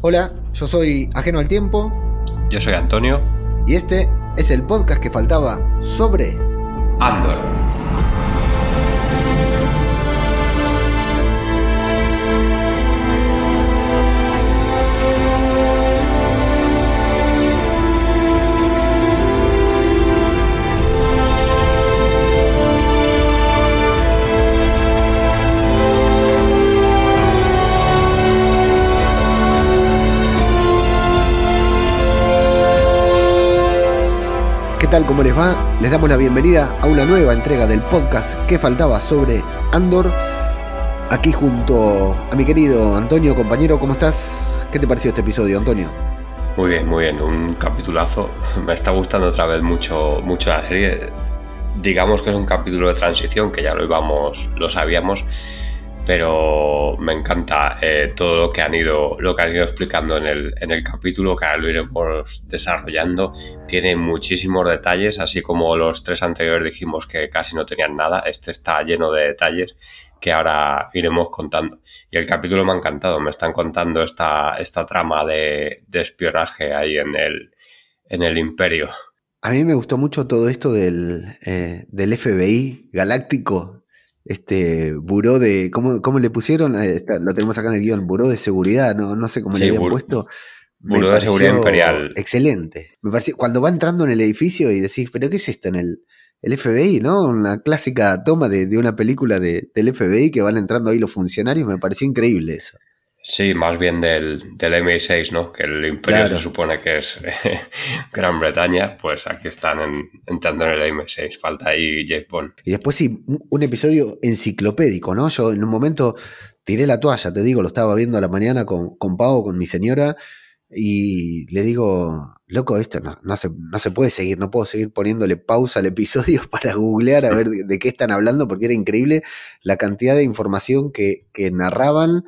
Hola, yo soy Ajeno al Tiempo. Yo soy Antonio. Y este es el podcast que faltaba sobre Andor. ¿Qué tal? ¿Cómo les va? Les damos la bienvenida a una nueva entrega del podcast que faltaba sobre Andor. Aquí junto a mi querido Antonio, compañero, ¿cómo estás? ¿Qué te pareció este episodio, Antonio? Muy bien, un capitulazo. Me está gustando otra vez mucho la serie. Digamos que es un capítulo de transición, que ya lo sabíamos, pero me encanta todo lo que han ido explicando en el capítulo, que ahora lo iremos desarrollando. Tiene muchísimos detalles, así como los tres anteriores dijimos que casi no tenían nada. Este está lleno de detalles que ahora iremos contando. Y el capítulo me ha encantado. Me están contando esta trama de espionaje ahí en el Imperio. A mí me gustó mucho todo esto del FBI galáctico. Buró de... ¿Cómo le pusieron? Lo tenemos acá en el guión, buró de seguridad, no sé cómo le habían puesto. Buró de seguridad imperial. Excelente. Me pareció, cuando va entrando en el edificio y decís, ¿pero qué es esto en el FBI, no? Una clásica toma de una película del FBI que van entrando ahí los funcionarios, me pareció increíble eso. Sí, más bien del MI6, ¿no? Que el Imperio se supone que es Gran Bretaña, pues aquí están entrando en el MI6, falta ahí James Bond. Y después sí, un episodio enciclopédico, ¿no? Yo en un momento tiré la toalla, te digo, lo estaba viendo a la mañana con Pau, con mi señora, y le digo, loco, esto no se puede seguir, no puedo seguir poniéndole pausa al episodio para googlear a ver de qué están hablando, porque era increíble la cantidad de información que narraban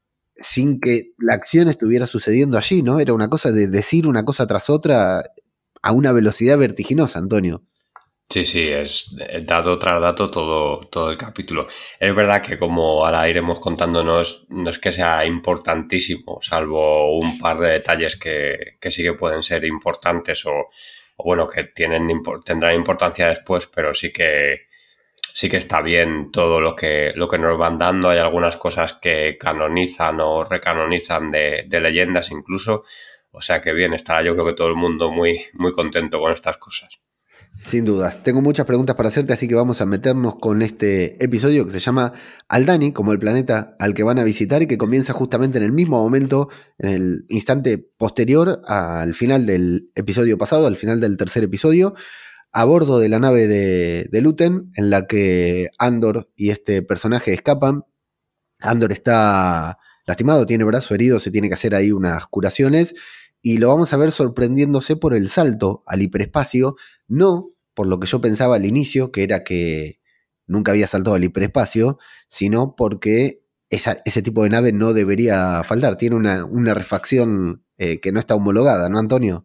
sin que la acción estuviera sucediendo allí, ¿no? Era una cosa de decir una cosa tras otra a una velocidad vertiginosa, Antonio. Sí, es dato tras dato todo el capítulo. Es verdad que, como ahora iremos contando, no es que sea importantísimo, salvo un par de detalles que sí que pueden ser importantes o bueno, que tendrán importancia después, pero sí que está bien todo lo que nos van dando. Hay algunas cosas que canonizan o recanonizan de leyendas incluso. O sea que bien, estará yo creo que todo el mundo muy, muy contento con estas cosas. Sin dudas. Tengo muchas preguntas para hacerte, así que vamos a meternos con este episodio que se llama Aldhani, como el planeta al que van a visitar, y que comienza justamente en el mismo momento, en el instante posterior al final del episodio pasado, al final del tercer episodio, a bordo de la nave de Luthen, en la que Andor y este personaje escapan. Andor está lastimado, tiene brazo herido, se tiene que hacer ahí unas curaciones, y lo vamos a ver sorprendiéndose por el salto al hiperespacio, no por lo que yo pensaba al inicio, que era que nunca había saltado al hiperespacio, sino porque ese tipo de nave no debería faltar, tiene una refacción que no está homologada, ¿no, Antonio?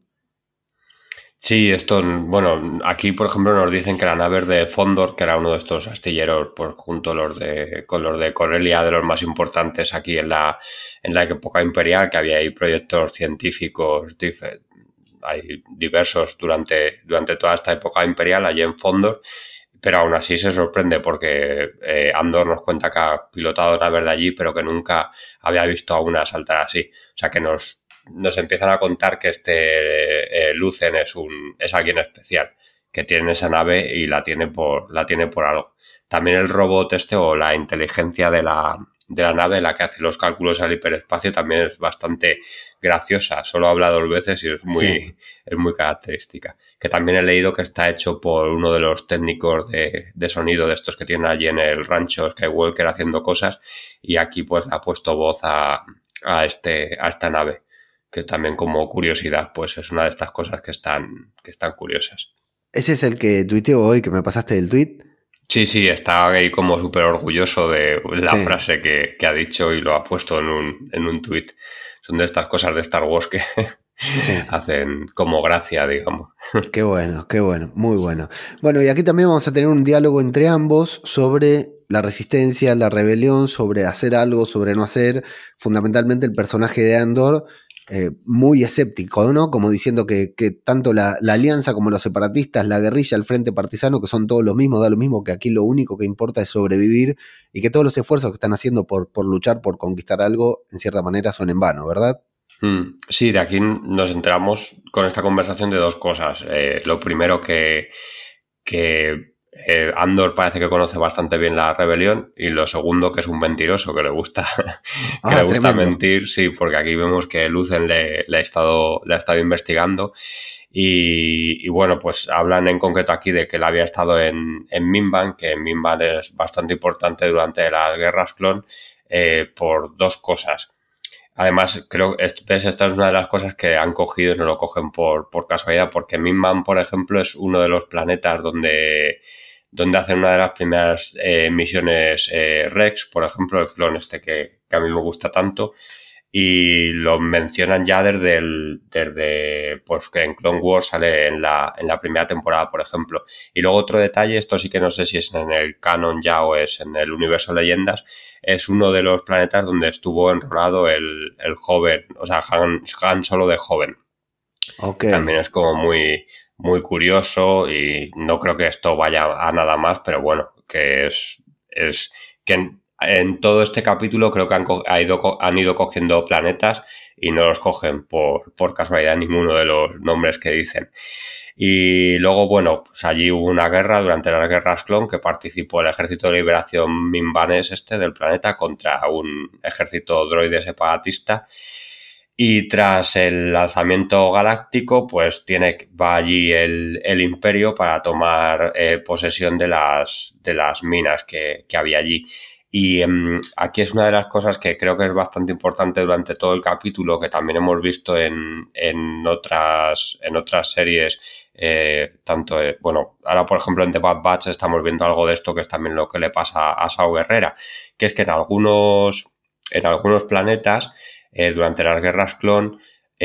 Sí, bueno, aquí por ejemplo nos dicen que la nave es de Fondor, que era uno de estos astilleros, junto con los de Corellia, de los más importantes aquí en la época imperial, que había ahí proyectos científicos hay diversos durante toda esta época imperial allí en Fondor, pero aún así se sorprende porque Andor nos cuenta que ha pilotado naves de allí, pero que nunca había visto a una saltar así. O sea que nos empiezan a contar que Luthen es alguien especial, que tiene esa nave y la tiene por algo. También el robot o la inteligencia de la nave, la que hace los cálculos al hiperespacio, también es bastante graciosa. Solo habla 2 veces y es muy característica. Que también he leído que está hecho por uno de los técnicos de sonido de estos que tienen allí en el rancho Skywalker haciendo cosas, y aquí pues ha puesto voz a esta nave, que también, como curiosidad, pues es una de estas cosas que están curiosas. ¿Ese es el que tuiteó hoy, que me pasaste el tweet? Sí, está ahí como súper orgulloso de la frase que ha dicho y lo ha puesto en un tuit. Son de estas cosas de Star Wars que hacen como gracia, digamos. Qué bueno, muy bueno. Bueno, y aquí también vamos a tener un diálogo entre ambos sobre la resistencia, la rebelión, sobre hacer algo, sobre no hacer. Fundamentalmente el personaje de Andor muy escéptico, ¿no? Como diciendo que tanto la alianza como los separatistas, la guerrilla, el frente partisano, que son todos los mismos, da lo mismo, que aquí lo único que importa es sobrevivir y que todos los esfuerzos que están haciendo por luchar, por conquistar algo, en cierta manera son en vano, ¿verdad? Sí, de aquí nos enteramos con esta conversación de dos cosas. Lo primero que Andor parece que conoce bastante bien la rebelión, y lo segundo que es un mentiroso, que le gusta que le gusta Tremendo. mentir, sí, porque aquí vemos que Lucen le ha estado investigando y bueno, pues hablan en concreto aquí de que él había estado en Mimban, que Mimban es bastante importante durante las guerras clon, por dos cosas. Además, creo que esta es una de las cosas que han cogido y no lo cogen por casualidad, porque Mimban, por ejemplo, es uno de los planetas donde hacen una de las primeras misiones Rex, por ejemplo, el clon este que a mí me gusta tanto, y lo mencionan ya desde pues que en Clone Wars sale en la primera temporada, por ejemplo. Y luego otro detalle, esto sí que no sé si es en el canon ya o es en el universo Leyendas, es uno de los planetas donde estuvo enrolado el joven, o sea, Han Solo de joven. Ok. También es como muy curioso, y no creo que esto vaya a nada más, pero bueno, que es que en todo este capítulo creo que han ido cogiendo planetas y no los cogen por casualidad ninguno de los nombres que dicen. Y luego, bueno, pues allí hubo una guerra durante las guerras clon, que participó el ejército de liberación Mimbanes del planeta contra un ejército droide separatista. Y tras el lanzamiento galáctico, pues va allí el Imperio para tomar posesión de las minas que había allí. Y aquí es una de las cosas que creo que es bastante importante durante todo el capítulo, que también hemos visto en otras series. Tanto, bueno, ahora por ejemplo en The Bad Batch estamos viendo algo de esto, que es también lo que le pasa a Saw Gerrera, que es que en algunos planetas, durante las guerras clon,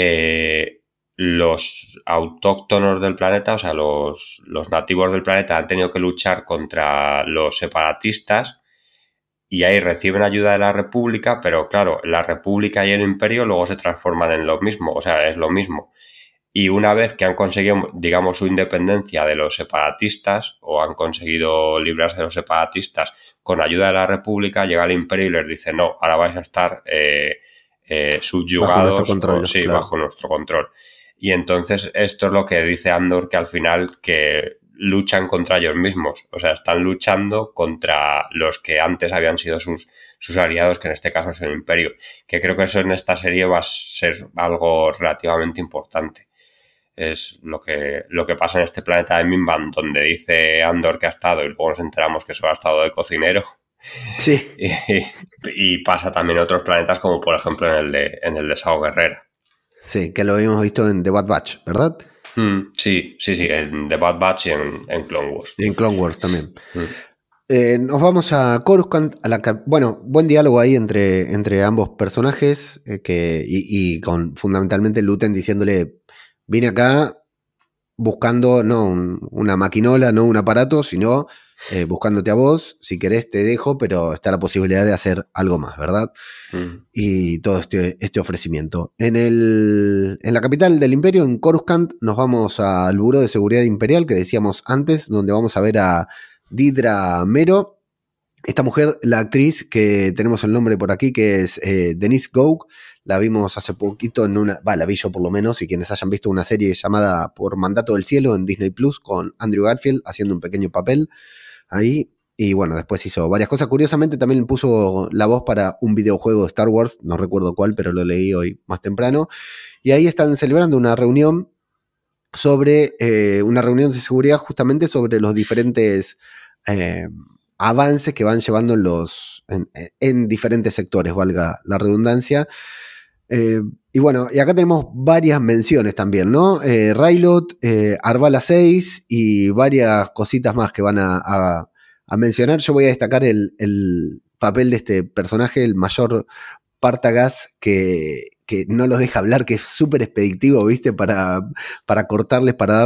los autóctonos del planeta, o sea, los nativos del planeta, han tenido que luchar contra los separatistas, y ahí reciben ayuda de la República, pero claro, la República y el Imperio luego se transforman en lo mismo, o sea, es lo mismo. Y una vez que han conseguido, digamos, su independencia de los separatistas, o han conseguido librarse de los separatistas con ayuda de la República, llega el Imperio y les dice: no, ahora vais a estar Bajo nuestro subyugados, o control, sí, claro. bajo nuestro control. Y entonces esto es lo que dice Andor, que al final que luchan contra ellos mismos, o sea, están luchando contra los que antes habían sido sus aliados, que en este caso es el Imperio, que creo que eso en esta serie va a ser algo relativamente importante. Es lo que pasa en este planeta de Mimban, donde dice Andor que ha estado, y luego nos enteramos que solo ha estado de cocinero. Sí. Y pasa también en otros planetas, como por ejemplo en el de Sao Guerrera. Sí, que lo habíamos visto en The Bad Batch, ¿verdad? Sí, en The Bad Batch y en Clone Wars. Y en Clone Wars también. Mm. Nos vamos a Coruscant, bueno, buen diálogo ahí entre ambos personajes, y con fundamentalmente Luten diciéndole: vine acá buscando no una maquinola, no un aparato, sino buscándote a vos. Si querés te dejo, pero está la posibilidad de hacer algo más, ¿verdad? Y todo este ofrecimiento. En la capital del Imperio, en Coruscant, nos vamos al Buró de Seguridad Imperial que decíamos antes, donde vamos a ver a Didra Mero. Esta mujer, la actriz que tenemos el nombre por aquí, que es Denise Gough, la vimos hace poquito la vi yo por lo menos, y quienes hayan visto una serie llamada Por Mandato del Cielo en Disney Plus, con Andrew Garfield haciendo un pequeño papel ahí. Y bueno, después hizo varias cosas. Curiosamente también puso la voz para un videojuego de Star Wars, no recuerdo cuál, pero lo leí hoy más temprano. Y ahí están celebrando una reunión una reunión de seguridad justamente sobre los diferentes avances que van llevando en diferentes sectores, valga la redundancia. Y bueno, y acá tenemos varias menciones también, ¿no? Railot, Arvala 6 y varias cositas más que van a mencionar. Yo voy a destacar el papel de este personaje, el mayor Partagaz, que no los deja hablar, que es súper expeditivo, ¿viste? Para cortarles, para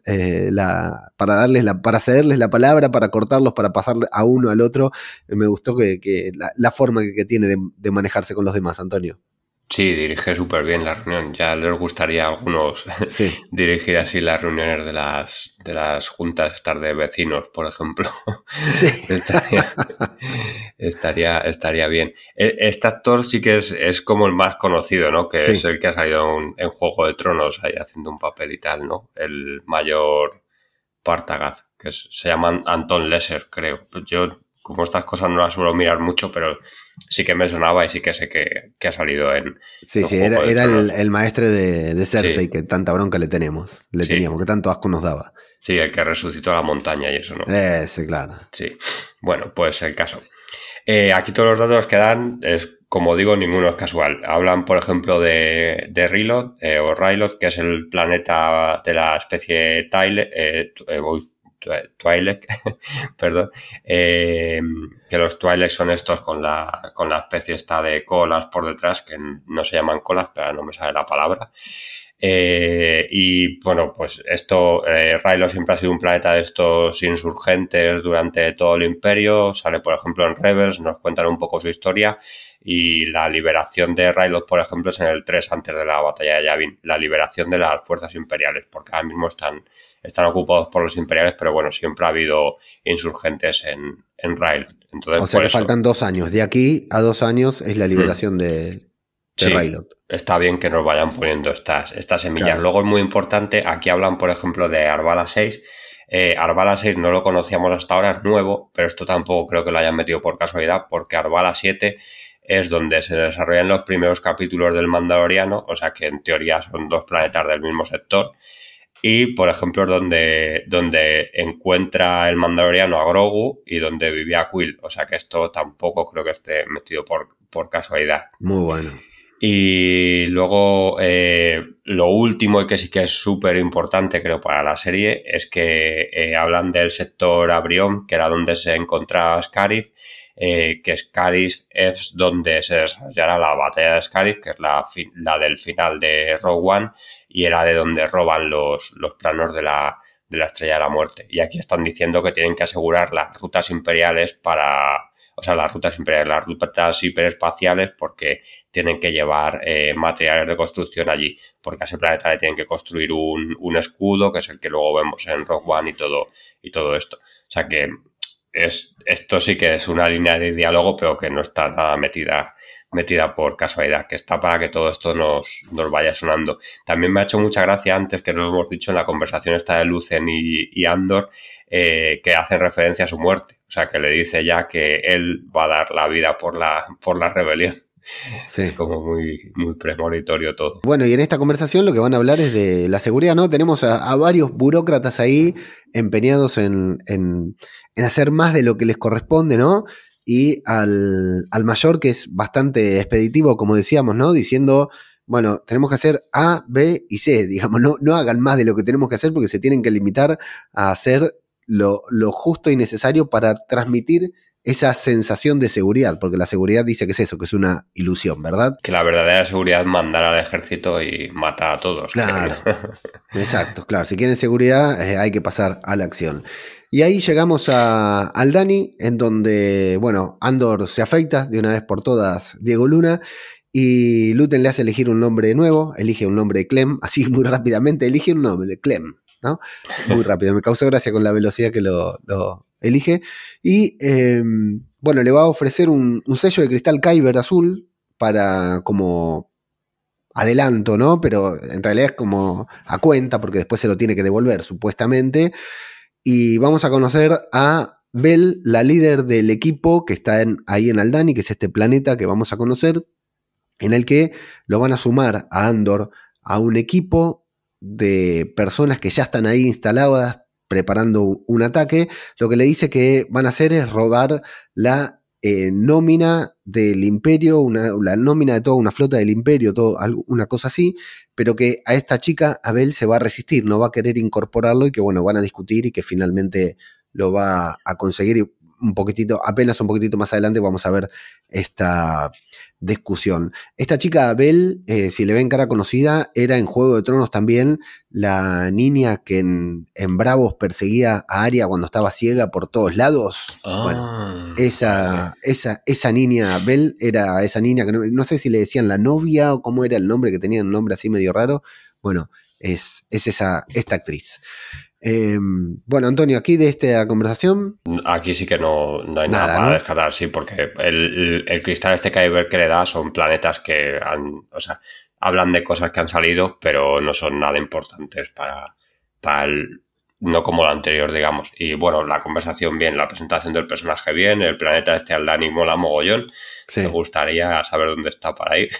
cederles la palabra, para cortarlos, para pasarle a uno al otro. Me gustó la forma que tiene de manejarse con los demás, Antonio. Sí, dirige súper bien la reunión. Ya les gustaría a algunos Sí. dirigir así las reuniones de las juntas, estar de vecinos, por ejemplo. Sí. Estaría, estaría bien. Este actor sí que es como el más conocido, ¿no? Que es Sí. el que ha salido en Juego de Tronos ahí haciendo un papel y tal, ¿no? El mayor Partagaz, se llama Anton Lesser, creo. Yo, como estas cosas no las suelo mirar mucho, pero sí que me sonaba y sí que sé que ha salido Sí, en sí, era, Juego de era Tronos. el maestre de Cersei Sí, que tanta bronca le sí, teníamos, que tanto asco nos daba. sí, el que resucitó la montaña y eso, ¿no? Sí, claro. Sí. Bueno, pues el caso. Aquí todos los datos que dan es, como digo, ninguno es casual. Hablan, por ejemplo, de Rylot, o Rylot, que es el planeta de la especie Twi'lek, perdón, que los Twi'lek son estos con la especie esta de colas por detrás, que no se llaman colas, pero no me sale la palabra. Y bueno, pues esto, Raylo siempre ha sido un planeta de estos insurgentes durante todo el imperio. Sale, por ejemplo, en Rebels, nos cuentan un poco su historia. Y la liberación de Rylot, por ejemplo, es en el 3 antes de la batalla de Yavin. La liberación de las fuerzas imperiales, porque ahora mismo están ocupados por los imperiales, pero bueno, siempre ha habido insurgentes en Rylot. O Entonces, sea por que eso. faltan 2 años. De aquí a 2 años es la Mm. liberación de Sí, Rylot. está bien que nos vayan poniendo estas semillas. Claro. Luego es muy importante, aquí hablan, por ejemplo, de Arbala 6. Arbala 6 no lo conocíamos hasta ahora, es nuevo, pero esto tampoco creo que lo hayan metido por casualidad, porque Arbala 7 es donde se desarrollan los primeros capítulos del Mandaloriano, o sea que en teoría son dos planetas del mismo sector. Y, por ejemplo, es donde encuentra el Mandaloriano a Grogu y donde vivía Quill. O sea que esto tampoco creo que esté metido por casualidad. Muy bueno. Y luego, lo último y que sí que es súper importante, creo, para la serie, es que hablan del sector Abrión, que era donde se encontraba Scarif, que Scarif es donde se desarrollará la batalla de Scarif, que es la del final de Rogue One, y era de donde roban los planos de la Estrella de la Muerte. Y aquí están diciendo que tienen que asegurar las rutas imperiales o sea, las rutas imperiales, las rutas hiperespaciales, porque tienen que llevar materiales de construcción allí, porque a ese planeta le tienen que construir un escudo, que es el que luego vemos en Rogue One y todo esto. O sea que esto sí que es una línea de diálogo, pero que no está nada metida por casualidad, que está para que todo esto nos vaya sonando. También me ha hecho mucha gracia antes, que nos hemos dicho en la conversación esta de Lucen y Andor, que hacen referencia a su muerte. O sea, que le dice ya que él va a dar la vida por la rebelión. Es Sí. como muy premonitorio todo. Bueno, y en esta conversación lo que van a hablar es de la seguridad, ¿no? Tenemos a varios burócratas ahí empeñados en hacer más de lo que les corresponde, ¿no? Y al mayor, que es bastante expeditivo, como decíamos, ¿no? Diciendo, bueno, tenemos que hacer A, B y C, digamos, no hagan más de lo que tenemos que hacer porque se tienen que limitar a hacer lo justo y necesario para transmitir esa sensación de seguridad, porque la seguridad dice que es eso, que es una ilusión, ¿verdad? Que la verdadera seguridad es mandar al ejército y matar a todos, creo yo. Claro, exacto, claro. Si quieren seguridad, hay que pasar a la acción. Y ahí llegamos al Dani, en donde, bueno, Andor se afeita de una vez por todas Diego Luna y Luten le hace elegir un nombre nuevo, elige un nombre Clem, así muy rápidamente, elige un nombre, Clem, ¿no? Muy rápido, me causó gracia con la velocidad que lo elige. Y, bueno, le va a ofrecer un sello de cristal Kyber azul para como adelanto, ¿no? Pero en realidad es como a cuenta, porque después se lo tiene que devolver, supuestamente. Y vamos a conocer a Bel, la líder del equipo que está ahí en Aldani, que es este planeta que vamos a conocer, en el que lo van a sumar a Andor a un equipo de personas que ya están ahí instaladas preparando un ataque. Lo que le dice que van a hacer es robar la nómina del imperio, la nómina de toda una flota del imperio, una cosa así, pero que a esta chica, Abel, se va a resistir, no va a querer incorporarlo y que bueno, van a discutir y que finalmente lo va a conseguir. Y un poquitito, apenas un poquitito más adelante vamos a ver esta discusión. Esta chica, Bell, si le ven cara conocida, era en Juego de Tronos también la niña que en Bravos perseguía a Arya cuando estaba ciega por todos lados. Bueno, esa niña, Bell, era esa niña que no sé si le decían la novia o cómo era el nombre, que tenía un nombre así medio raro. Bueno, es esta actriz. Bueno, Antonio, aquí de esta conversación. Aquí sí que no hay nada para descartar, sí, porque el cristal este Kyber que le da son planetas que hablan de cosas que han salido, pero no son nada importantes para no como lo anterior, digamos. Y bueno, la conversación bien, la presentación del personaje bien, el planeta este Aldani mola mogollón. Sí. Me gustaría saber dónde está para ir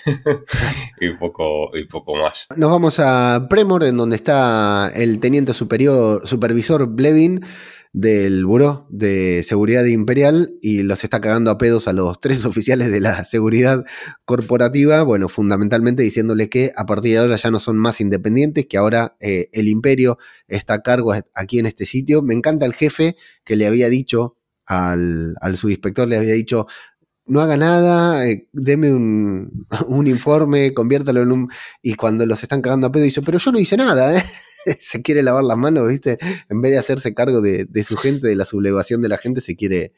y poco más. Nos vamos a Premor, en donde está el teniente supervisor Blevin del Buró de Seguridad Imperial y los está cagando a pedos a los 3 oficiales de la seguridad corporativa, bueno, fundamentalmente diciéndole que a partir de ahora ya no son más independientes, que ahora el Imperio está a cargo aquí en este sitio. Me encanta el jefe que le había dicho al subinspector, le había dicho: no haga nada, deme un informe, conviértalo en un... Y cuando los están cagando a pedo dice: pero yo no hice nada, ¿eh? Se quiere lavar las manos, ¿viste? En vez de hacerse cargo de su gente, de la sublevación de la gente, se quiere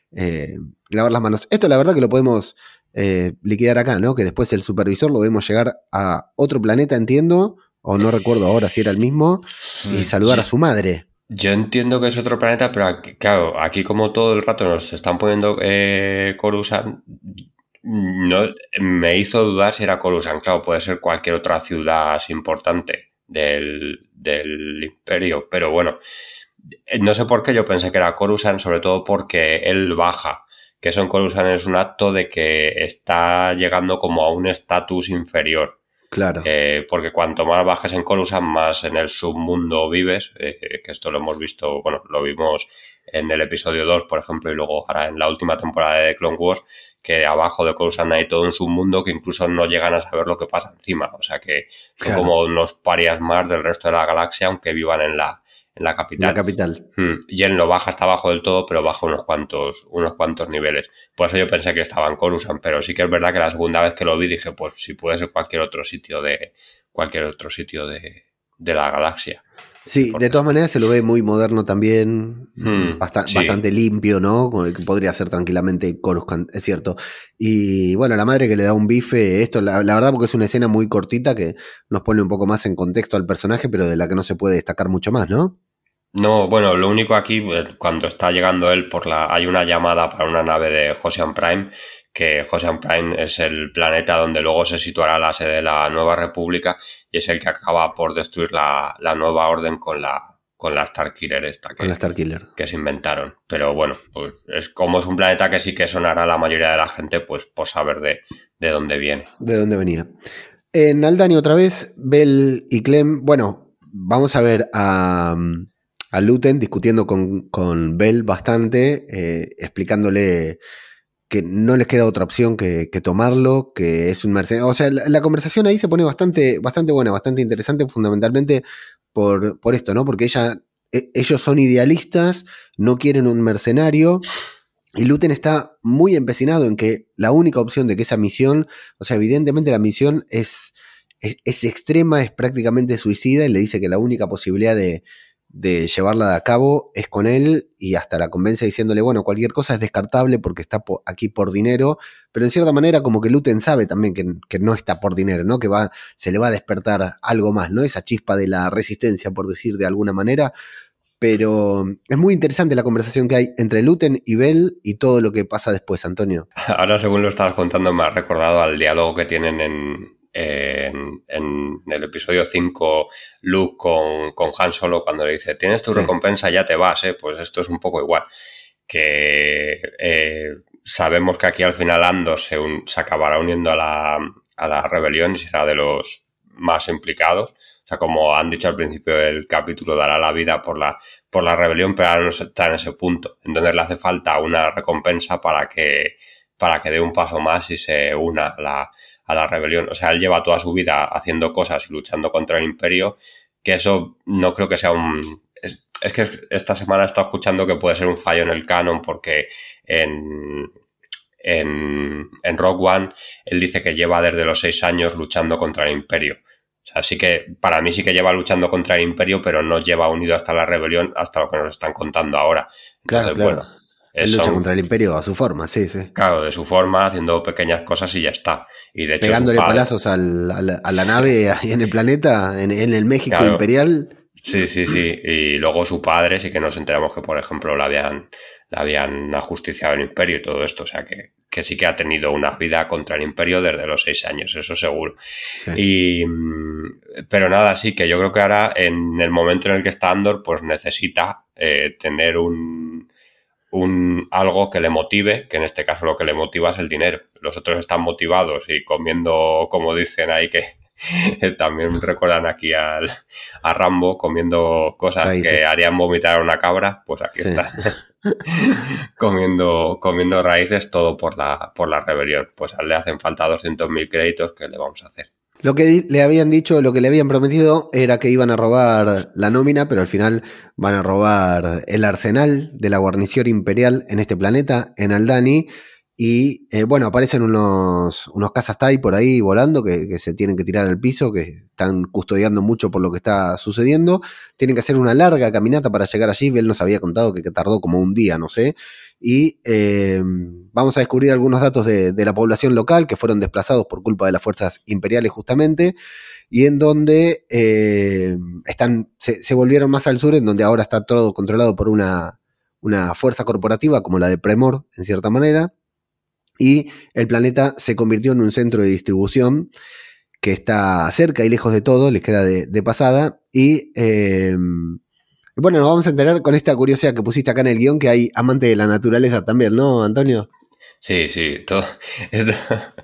lavar las manos. Esto la verdad que lo podemos liquidar acá, ¿no? Que después el supervisor lo vemos llegar a otro planeta, entiendo, o no recuerdo ahora si era el mismo, y saludar a su madre. Yo entiendo que es otro planeta, pero aquí, claro, aquí como todo el rato nos están poniendo Coruscant, no, me hizo dudar si era Coruscant. Claro, puede ser cualquier otra ciudad importante del Imperio, pero bueno, no sé por qué yo pensé que era Coruscant, sobre todo porque él baja, que eso en Coruscant es un acto de que está llegando como a un estatus inferior. Claro. Porque cuanto más bajes en Coruscant, más en el submundo vives, que esto lo hemos visto, bueno, lo vimos en el episodio 2, por ejemplo, y luego ahora en la última temporada de Clone Wars, que abajo de Coruscant hay todo un submundo que incluso no llegan a saber lo que pasa encima, o sea que son como unos parias más del resto de la galaxia, aunque vivan en la capital. La capital. Y él no baja hasta abajo del todo, pero baja unos cuantos niveles. Por eso yo pensé que estaba en Coruscant, pero sí que es verdad que la segunda vez que lo vi dije, pues si puede ser cualquier otro sitio de la galaxia. Sí, de todas maneras se lo ve muy moderno también, bastante limpio, ¿no? Podría ser tranquilamente Coruscant, es cierto. Y bueno, la madre que le da un bife, esto la verdad porque es una escena muy cortita que nos pone un poco más en contexto al personaje, pero de la que no se puede destacar mucho más, ¿no? No, bueno, lo único aquí, cuando está llegando él hay una llamada para una nave de Hoshian Prime, que Hoshian Prime es el planeta donde luego se situará la sede de la Nueva República y es el que acaba por destruir la Nueva Orden con la Starkiller esta que se inventaron. Pero bueno, pues es un planeta que sí que sonará a la mayoría de la gente, pues por saber de dónde viene. De dónde venía. En Aldani otra vez, Bell y Clem, bueno, vamos a ver a Luten discutiendo con Bell bastante, explicándole que no les queda otra opción que tomarlo, que es un mercenario. O sea, la conversación ahí se pone bastante buena, bastante interesante, fundamentalmente por esto, ¿no? Porque ellos son idealistas, no quieren un mercenario, y Luten está muy empecinado en que la única opción de que esa misión, o sea, evidentemente la misión es extrema, es prácticamente suicida, y le dice que la única posibilidad de llevarla a cabo es con él, y hasta la convence diciéndole, bueno, cualquier cosa es descartable porque está aquí por dinero, pero en cierta manera como que Luten sabe también que no está por dinero, ¿no? Que se le va a despertar algo más, ¿no? Esa chispa de la resistencia, por decir de alguna manera. Pero es muy interesante la conversación que hay entre Luten y Bell y todo lo que pasa después, Antonio. Ahora, según lo estabas contando, me ha recordado al diálogo que tienen en el episodio 5 Luke con Han Solo cuando le dice: tienes tu recompensa, ya te vas, pues esto es un poco igual, que sabemos que aquí al final Andor se acabará uniendo a la rebelión y será de los más implicados. O sea, como han dicho al principio del capítulo, dará la vida por la rebelión, pero ahora no está en ese punto. Entonces le hace falta una recompensa para que dé un paso más y se una a la rebelión. O sea, él lleva toda su vida haciendo cosas y luchando contra el Imperio, que eso no creo que sea es que esta semana he estado escuchando que puede ser un fallo en el canon porque en Rogue One él dice que lleva desde los 6 años luchando contra el Imperio. O sea, sí que para mí sí que lleva luchando contra el Imperio, pero no lleva unido hasta la rebelión, hasta lo que nos están contando ahora. Claro, Entonces, claro. bueno, Él lucha son, contra el Imperio a su forma, sí, sí. claro, de su forma, haciendo pequeñas cosas y ya está. Y de hecho su Pegándole padre, palazos a la nave ahí en el planeta, en el México claro, imperial. sí, sí, sí. Y luego su padre sí que nos enteramos que, por ejemplo, la habían ajusticiado el Imperio y todo esto. O sea, que sí que ha tenido una vida contra el Imperio desde los 6 años, eso seguro. Sí. Y, pero nada, sí, que yo creo que ahora, en el momento en el que está Andor, pues necesita tener algo que le motive, que en este caso lo que le motiva es el dinero. Los otros están motivados y comiendo, como dicen ahí, que también recuerdan aquí a Rambo comiendo cosas que Raíces. harían vomitar a una cabra, pues aquí Sí. está. comiendo raíces, todo por la rebelión. Pues a él le hacen falta 200.000 créditos, ¿qué le vamos a hacer? Lo que le habían dicho, lo que le habían prometido era que iban a robar la nómina, pero al final van a robar el arsenal de la guarnición imperial en este planeta, en Aldhani. Y bueno, aparecen unos cazas TIE por ahí volando que se tienen que tirar al piso, que están custodiando mucho por lo que está sucediendo. Tienen que hacer una larga caminata para llegar allí. Él nos había contado que tardó como un día, no sé. Y vamos a descubrir algunos datos de la población local que fueron desplazados por culpa de las fuerzas imperiales justamente, y en donde se volvieron más al sur, en donde ahora está todo controlado por una fuerza corporativa como la de Premor, en cierta manera, y el planeta se convirtió en un centro de distribución que está cerca y lejos de todo, les queda de pasada, y bueno, nos vamos a enterar con esta curiosidad que pusiste acá en el guión, que hay amante de la naturaleza también, ¿no, Antonio? Sí, sí, todo. esto-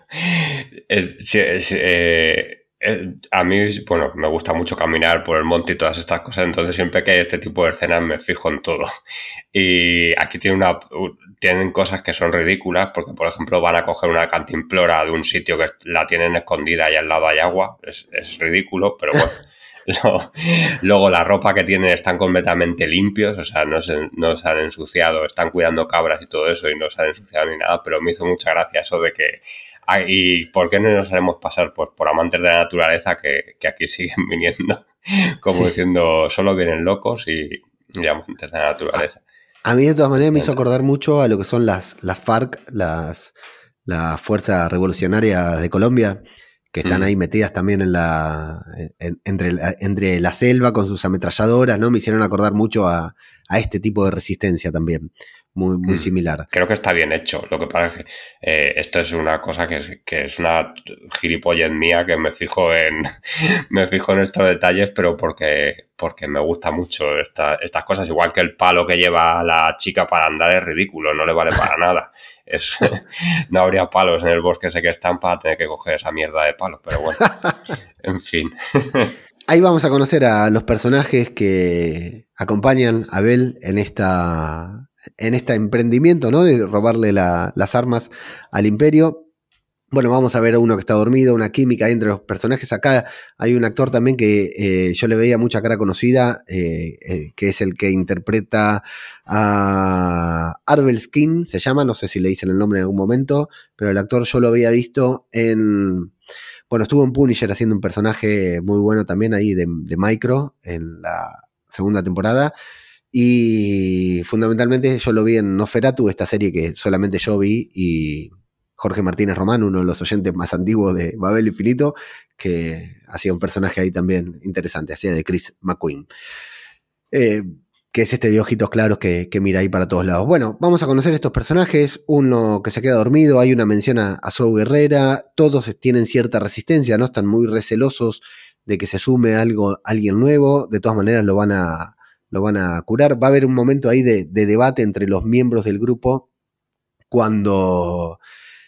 a mí, bueno, me gusta mucho caminar por el monte y todas estas cosas, entonces siempre que hay este tipo de escenas me fijo en todo. Y aquí tienen cosas que son ridículas, porque por ejemplo van a coger una cantimplora de un sitio que la tienen escondida y al lado hay agua, es ridículo, pero bueno. Luego la ropa que tienen están completamente limpios, o sea, no se han ensuciado, están cuidando cabras y todo eso y no se han ensuciado ni nada, pero me hizo mucha gracia eso de que, ¿y por qué no nos haremos pasar pues, por amantes de la naturaleza que aquí siguen viniendo? Como Sí. diciendo, solo vienen locos y amantes de la naturaleza. A mí de todas maneras me hizo Entonces, acordar mucho a lo que son las FARC, la Fuerza Revolucionaria de Colombia, que están ahí metidas también entre la selva con sus ametralladoras, ¿no? Me hicieron acordar mucho a este tipo de resistencia también, muy, muy similar. creo que está bien hecho. Lo que pasa es que esto es una cosa que es una gilipollez mía que me fijo en me fijo en estos detalles, pero porque me gusta mucho estas cosas. Igual que el palo que lleva la chica para andar es ridículo, no le vale para nada. No habría palos en el bosque ese que están para tener que coger esa mierda de palos, pero bueno, en fin. Ahí vamos a conocer a los personajes que acompañan a Bel en este emprendimiento, ¿no? De robarle las armas al Imperio. Bueno, vamos a ver a uno que está dormido, una química entre los personajes. Acá hay un actor también que yo le veía mucha cara conocida, que es el que interpreta a Arbel Skin, se llama, no sé si le dicen el nombre en algún momento, pero el actor yo lo había visto bueno, estuvo en Punisher haciendo un personaje muy bueno también ahí de Micro en la segunda temporada. Y fundamentalmente yo lo vi en Nosferatu, esta serie que solamente yo vi, y Jorge Martínez Román, uno de los oyentes más antiguos de Babel Infinito, que hacía un personaje ahí también interesante, hacía de Chris McQueen. Que es este de ojitos claros que mira ahí para todos lados. Bueno, vamos a conocer estos personajes. Uno que se queda dormido, hay una mención a Saw Gerrera, todos tienen cierta resistencia, ¿no? Están muy recelosos de que se sume alguien nuevo, de todas maneras lo van a curar. Va a haber un momento ahí de debate entre los miembros del grupo cuando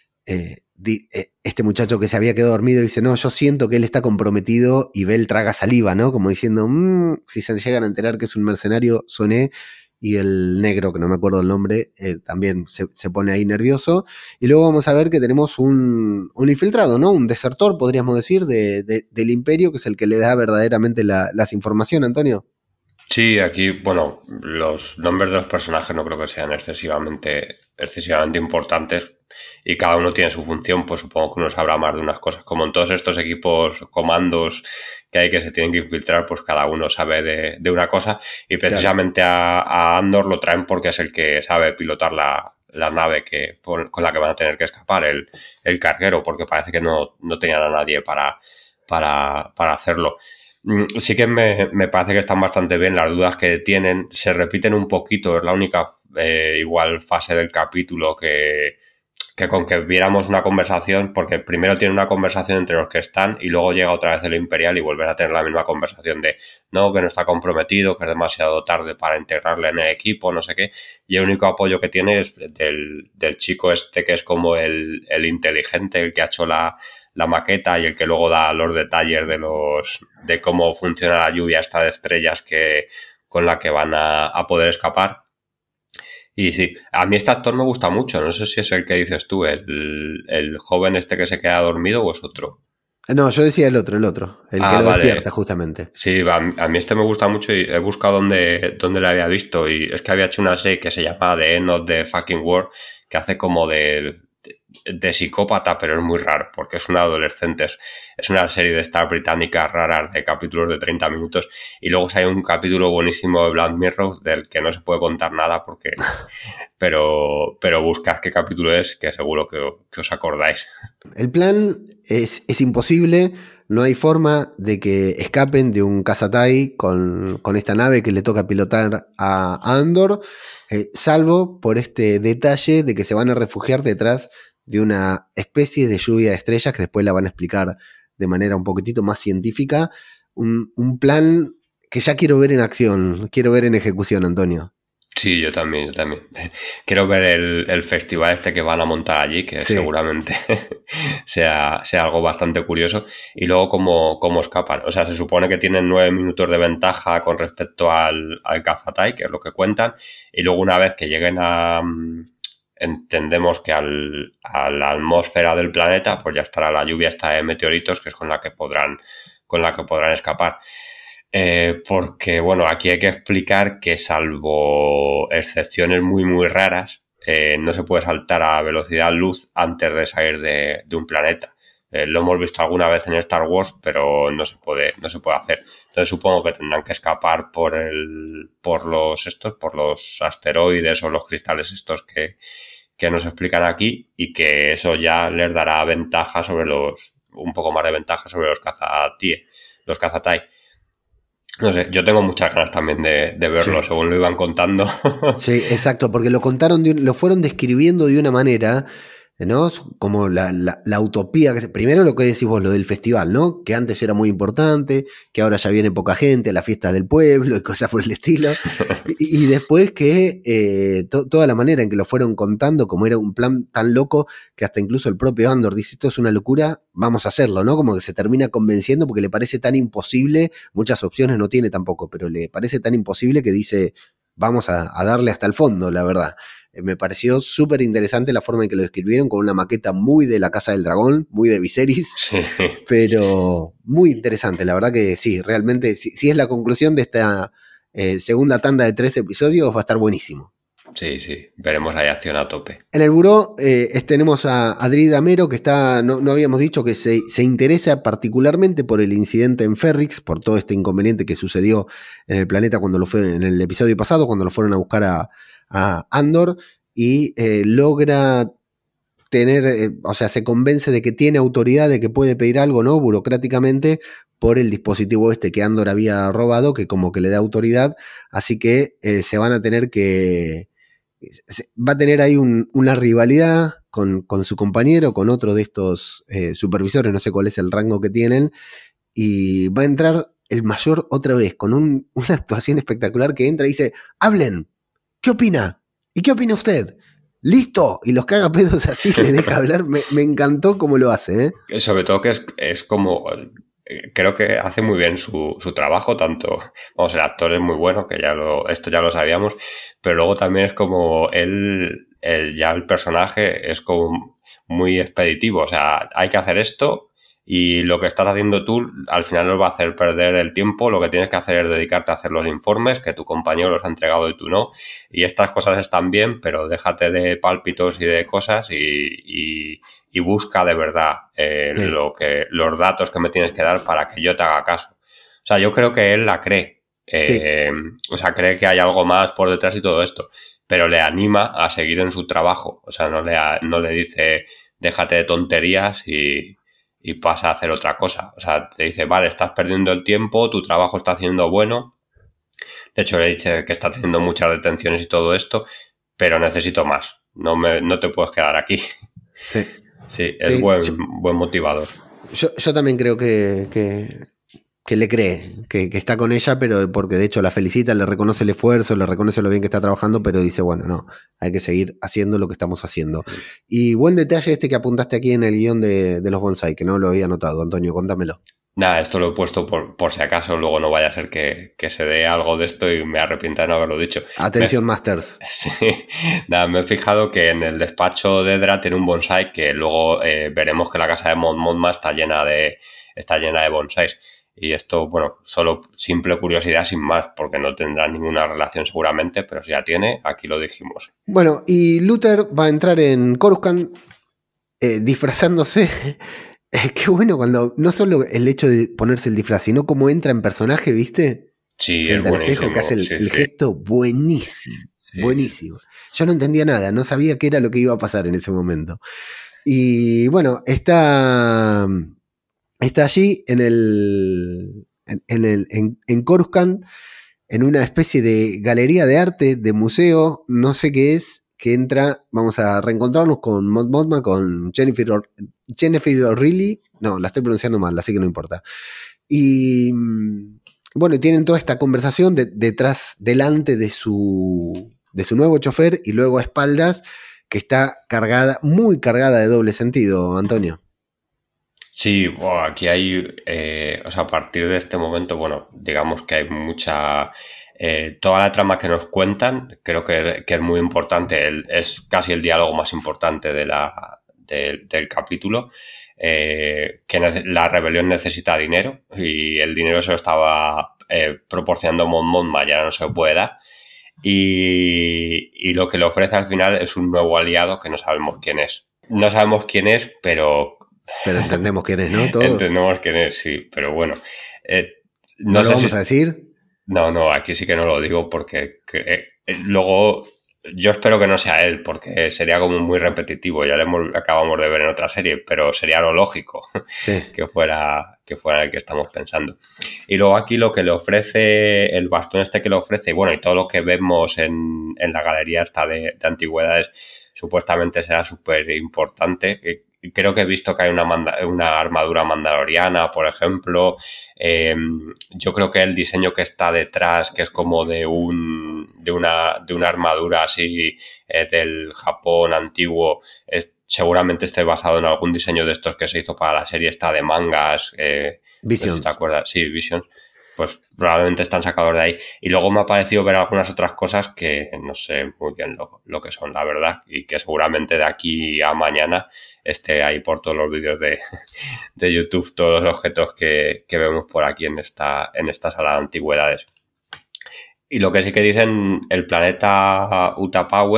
este muchacho que se había quedado dormido dice, no, yo siento que él está comprometido, y Bell traga saliva, ¿no? Como diciendo, si se llegan a enterar que es un mercenario, soné. Y el negro, que no me acuerdo el nombre, también se pone ahí nervioso. Y luego vamos a ver que tenemos un infiltrado, ¿no? Un desertor, podríamos decir, del Imperio, que es el que le da verdaderamente las informaciones, Antonio. Sí, aquí, bueno, los nombres de los personajes no creo que sean excesivamente importantes y cada uno tiene su función, pues supongo que uno sabrá más de unas cosas. Como en todos estos equipos, comandos que hay que se tienen que infiltrar, pues cada uno sabe de una cosa y Claro. precisamente a Andor lo traen porque es el que sabe pilotar la nave con la que van a tener que escapar, el carguero, porque parece que no tenían a nadie para hacerlo. Sí que me parece que están bastante bien. Las dudas que tienen se repiten un poquito. Es la única igual fase del capítulo que con que viéramos una conversación, porque primero tiene una conversación entre los que están y luego llega otra vez el Imperial y vuelven a tener la misma conversación de no, que no está comprometido, que es demasiado tarde para integrarle en el equipo, no sé qué. Y el único apoyo que tiene es del chico este que es como el inteligente, el que ha hecho la maqueta y el que luego da los detalles de cómo funciona la lluvia esta de estrellas con la que van a poder escapar. Y sí, a mí este actor me gusta mucho, no sé si es el que dices tú, el joven este que se queda dormido o es otro. No, yo decía el otro, el que Ah, lo despierta vale. justamente. Sí, a mí este me gusta mucho y he buscado dónde lo había visto y es que había hecho una serie que se llama The End of the Fucking World que hace como de psicópata, pero es muy raro porque es un adolescente. Es una serie de Star británica raras de capítulos de 30 minutos y luego hay un capítulo buenísimo de Black Mirror del que no se puede contar nada pero buscad qué capítulo es que seguro que os acordáis. El plan es imposible, no hay forma de que escapen de un Cazatai con esta nave que le toca pilotar a Andor, salvo por este detalle de que se van a refugiar detrás de una especie de lluvia de estrellas que después la van a explicar de manera un poquitito más científica. Un plan que ya quiero ver en acción, quiero ver en ejecución, Antonio. Sí, yo también. Quiero ver el festival este que van a montar allí, que Sí. seguramente sea algo bastante curioso. Y luego cómo escapan. O sea, se supone que tienen 9 minutos de ventaja con respecto al Cazatai, que es lo que cuentan. Y luego una vez que lleguen entendemos que a la atmósfera del planeta, pues ya estará la lluvia esta de meteoritos, que es con la que podrán escapar. Porque, bueno, aquí hay que explicar que salvo excepciones muy, muy raras, no se puede saltar a velocidad luz antes de salir de un planeta. Lo hemos visto alguna vez en Star Wars, pero no se puede hacer. Entonces supongo que tendrán que escapar por los asteroides o los cristales estos que nos explican aquí y que eso ya les dará un poco más de ventaja sobre los Cazatai. No sé, yo tengo muchas ganas también de verlo, Sí. según lo iban contando. Sí, exacto, porque lo contaron, lo fueron describiendo de una manera, ¿no? Como la utopía. Primero lo que decís vos, lo del festival, ¿no? Que antes era muy importante, que ahora ya viene poca gente a las fiestas del pueblo y cosas por el estilo. Y después que toda la manera en que lo fueron contando, como era un plan tan loco que hasta incluso el propio Andor dice, esto es una locura, vamos a hacerlo, ¿no? Como que se termina convenciendo porque le parece tan imposible, muchas opciones no tiene tampoco, pero le parece tan imposible que dice vamos a darle hasta el fondo, la verdad. Me pareció súper interesante la forma en que lo describieron, con una maqueta muy de la Casa del Dragón, muy de Viserys, Sí, pero muy interesante. La verdad que sí, realmente, si es la conclusión de esta segunda tanda de 3 episodios, va a estar buenísimo. sí, sí, veremos ahí acción a tope. En el buró tenemos a Adri Damero, que está, no habíamos dicho que se interesa particularmente por el incidente en Ferrix, por todo este inconveniente que sucedió en el planeta cuando lo fue en el episodio pasado, cuando lo fueron a buscar a Andor, y logra tener, o sea, se convence de que tiene autoridad, de que puede pedir algo, ¿no? Burocráticamente, por el dispositivo este que Andor había robado, que como que le da autoridad, así que se van a tener que va a tener ahí una rivalidad con su compañero, con otro de estos supervisores, no sé cuál es el rango que tienen, y va a entrar el mayor otra vez, con una actuación espectacular que entra y dice, hablen, ¿qué opina? ¿Y qué opina usted? Listo, y los caga pedos así, le deja hablar, me encantó cómo lo hace, ¿eh? Sobre todo que es como, creo que hace muy bien su trabajo, tanto, vamos, el actor es muy bueno, que esto ya lo sabíamos, pero luego también es como ya el personaje es como muy expeditivo, o sea, hay que hacer esto y lo que estás haciendo tú al final nos va a hacer perder el tiempo, lo que tienes que hacer es dedicarte a hacer los informes, que tu compañero los ha entregado y tú no, y estas cosas están bien, pero déjate de pálpitos y de cosas y busca de verdad Sí, los datos que me tienes que dar para que yo te haga caso. O sea, yo creo que él la cree. sí. O sea, cree que hay algo más por detrás y todo esto, pero le anima a seguir en su trabajo. O sea, no le dice déjate de tonterías y pasa a hacer otra cosa. O sea, te dice, vale, estás perdiendo el tiempo, tu trabajo está haciendo bueno. De hecho, le dice que está teniendo muchas detenciones y todo esto, pero necesito más. No te puedes quedar aquí. Sí, Sí, es sí. buen motivador. Yo también creo que le cree, que está con ella, pero porque de hecho la felicita, le reconoce el esfuerzo, le reconoce lo bien que está trabajando, pero dice, bueno, no, hay que seguir haciendo lo que estamos haciendo. Y buen detalle este que apuntaste aquí en el guión de los bonsai, que no lo había notado, Antonio, contámelo. Nada, esto lo he puesto por si acaso, luego no vaya a ser que se dé algo de esto y me arrepienta de no haberlo dicho. Atención, Masters. Sí, nada, me he fijado que en el despacho de Edra tiene un bonsai que luego veremos que la casa de Mothma está llena de bonsais. Y esto, bueno, solo simple curiosidad sin más, porque no tendrá ninguna relación seguramente, pero si la tiene, aquí lo dijimos. Bueno, y Luther va a entrar en Coruscant disfrazándose. Qué bueno cuando no solo el hecho de ponerse el disfraz, sino cómo entra en personaje, ¿viste? Sí, es Frente al espejo, que hace buenísimo, sí, el sí, gesto buenísimo, sí, sí. buenísimo. Yo no entendía nada, no sabía qué era lo que iba a pasar en ese momento. Y bueno, está allí en Coruscant, en una especie de galería de arte, de museo, no sé qué es, que entra, vamos a reencontrarnos con Mon Mothma, con Jennifer O'Reilly, no, la estoy pronunciando mal, así que no importa. Y bueno, tienen toda esta conversación delante de su nuevo chofer y luego a espaldas, que está cargada, muy cargada de doble sentido, Antonio. Sí, bueno, aquí hay, o sea, a partir de este momento, bueno, digamos que hay toda la trama que nos cuentan, creo que es muy importante, es casi el diálogo más importante del capítulo, la rebelión necesita dinero y el dinero se lo estaba proporcionando Mon Mothma, ya no se lo puede dar, y lo que le ofrece al final es un nuevo aliado que no sabemos quién es. No sabemos quién es, pero Pero entendemos quién es, ¿no? Todos. entendemos quién es, sí, pero bueno. ¿No No lo sé vamos a si. decir? No, aquí sí que no lo digo porque luego yo espero que no sea él, porque sería como muy repetitivo. Ya lo acabamos de ver en otra serie, pero sería lo lógico Sí. que fuera el que estamos pensando. Y luego aquí lo que le ofrece, el bastón este que le ofrece, y bueno, y todo lo que vemos en la galería esta de antigüedades, supuestamente será súper importante. Creo que he visto que hay una armadura mandaloriana, por ejemplo. Eh, yo creo que el diseño que está detrás, que es como de una armadura así del Japón antiguo, seguramente esté basado en algún diseño de estos que se hizo para la serie esta de mangas. No sé si te Visions. acuerdas. Sí, Vision. Pues probablemente están sacados de ahí. Y luego me ha parecido ver algunas otras cosas que no sé muy bien lo que son, la verdad. Y que seguramente de aquí a mañana esté ahí por todos los vídeos de YouTube todos los objetos que vemos por aquí en esta sala de antigüedades. Y lo que sí que dicen, el planeta Utapau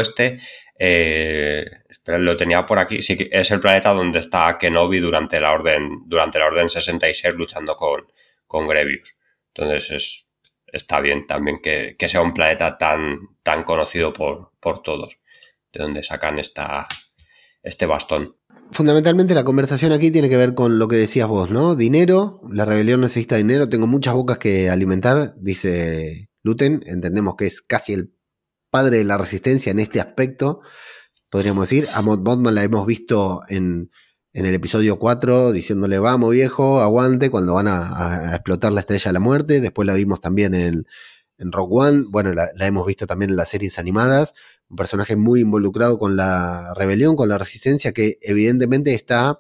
espera, lo tenía por aquí, sí que es el planeta donde está Kenobi durante la Orden 66 luchando con Grievous. Entonces está bien también que sea un planeta tan conocido por todos, de donde sacan este bastón. Fundamentalmente la conversación aquí tiene que ver con lo que decías vos, ¿no? Dinero, la rebelión necesita dinero, tengo muchas bocas que alimentar, dice Luten, entendemos que es casi el padre de la resistencia en este aspecto, podríamos decir. A Mod Mothman la hemos visto en el episodio 4 diciéndole, vamos viejo, aguante, cuando van a explotar la estrella de la muerte. Después la vimos también en Rogue One. Bueno, la hemos visto también en las series animadas. Un personaje muy involucrado con la rebelión, con la resistencia, que evidentemente está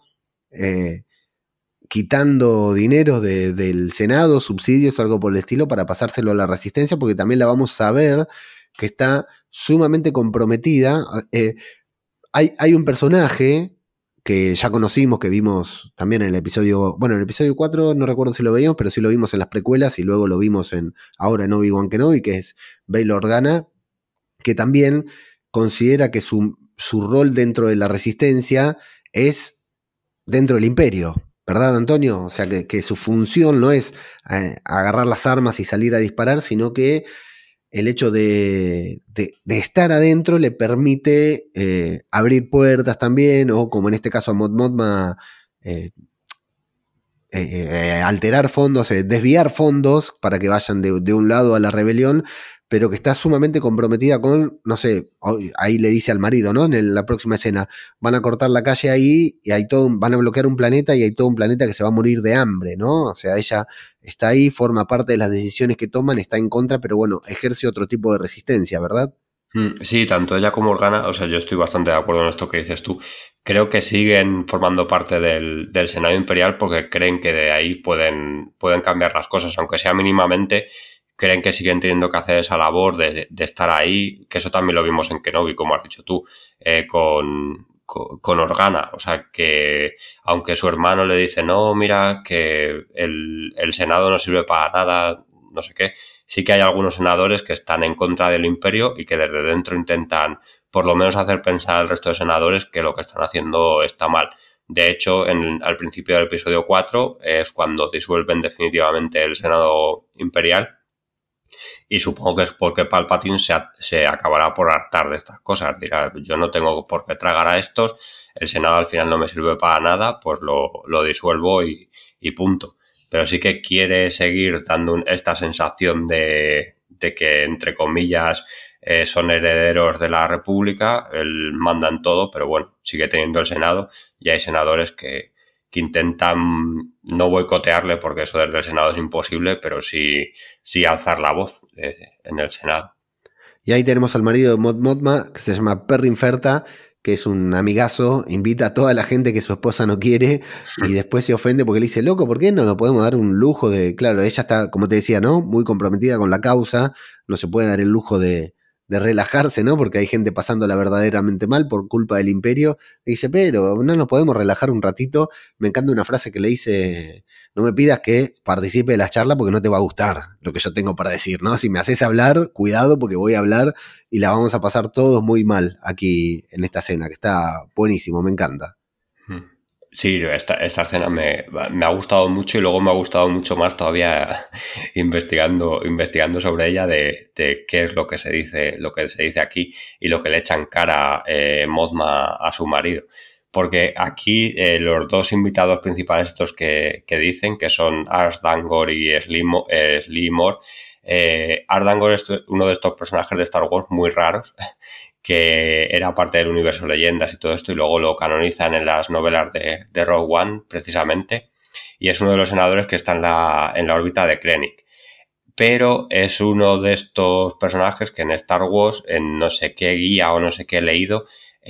quitando dinero del Senado, subsidios o algo por el estilo, para pasárselo a la resistencia, porque también la vamos a ver que está sumamente comprometida. Hay un personaje que ya conocimos, que vimos también en el episodio, bueno, en el episodio 4 no recuerdo si lo veíamos, pero sí lo vimos en las precuelas y luego lo vimos ahora en Obi-Wan Kenobi, que es Bail Organa, que también considera que su rol dentro de la resistencia es dentro del imperio, ¿verdad, Antonio? O sea, que su función no es agarrar las armas y salir a disparar, sino que el hecho de estar adentro le permite abrir puertas también, o como en este caso a Mon Mothma, alterar fondos, desviar fondos para que vayan de un lado a la rebelión, pero que está sumamente comprometida con, no sé, ahí le dice al marido, ¿no? En la próxima escena, van a cortar la calle ahí y hay van a bloquear un planeta y hay todo un planeta que se va a morir de hambre, ¿no? O sea, ella está ahí, forma parte de las decisiones que toman, está en contra, pero bueno, ejerce otro tipo de resistencia, ¿verdad? Sí, tanto ella como Organa, o sea, yo estoy bastante de acuerdo en esto que dices tú. Creo que siguen formando parte del Senado Imperial porque creen que de ahí pueden cambiar las cosas, aunque sea mínimamente, creen que siguen teniendo que hacer esa labor de estar ahí, que eso también lo vimos en Kenobi, como has dicho tú, con Organa. O sea, que aunque su hermano le dice, no, mira, que el Senado no sirve para nada, no sé qué, sí que hay algunos senadores que están en contra del imperio y que desde dentro intentan por lo menos hacer pensar al resto de senadores que lo que están haciendo está mal. De hecho, al principio del episodio 4 es cuando disuelven definitivamente el Senado Imperial y supongo que es porque Palpatine se acabará por hartar de estas cosas. Dirá, yo no tengo por qué tragar a estos, el Senado al final no me sirve para nada, pues lo disuelvo y punto. Pero sí que quiere seguir dando esta sensación de que, entre comillas, son herederos de la República, mandan todo, pero bueno, sigue teniendo el Senado y hay senadores que intentan no boicotearle porque eso desde el Senado es imposible, pero sí alzar la voz en el Senado. Y ahí tenemos al marido de Mon Mothma, que se llama Perrin Ferta, que es un amigazo, invita a toda la gente que su esposa no quiere y después se ofende porque le dice, loco, ¿por qué no nos podemos dar un lujo de...? Claro, ella está, como te decía, ¿no? Muy comprometida con la causa, no se puede dar el lujo de relajarse, ¿no? Porque hay gente pasándola verdaderamente mal por culpa del imperio. Le dice, pero no nos podemos relajar un ratito. Me encanta una frase que le dice, no me pidas que participe de la charla porque no te va a gustar lo que yo tengo para decir, ¿no? Si me haces hablar, cuidado porque voy a hablar y la vamos a pasar todos muy mal aquí en esta escena, que está buenísimo, me encanta. Sí, esta escena me ha gustado mucho y luego me ha gustado mucho más todavía investigando sobre ella de qué es lo que se dice aquí y lo que le echan cara Mothma a su marido. Porque aquí los dos invitados principales estos que dicen, que son Ars Dangor y Slee Moore, Ars Dangor es uno de estos personajes de Star Wars muy raros que era parte del universo leyendas y todo esto, y luego lo canonizan en las novelas de Rogue One, precisamente, y es uno de los senadores que está en la órbita de Krennic. Pero es uno de estos personajes que en Star Wars, en no sé qué guía o no sé qué he leído,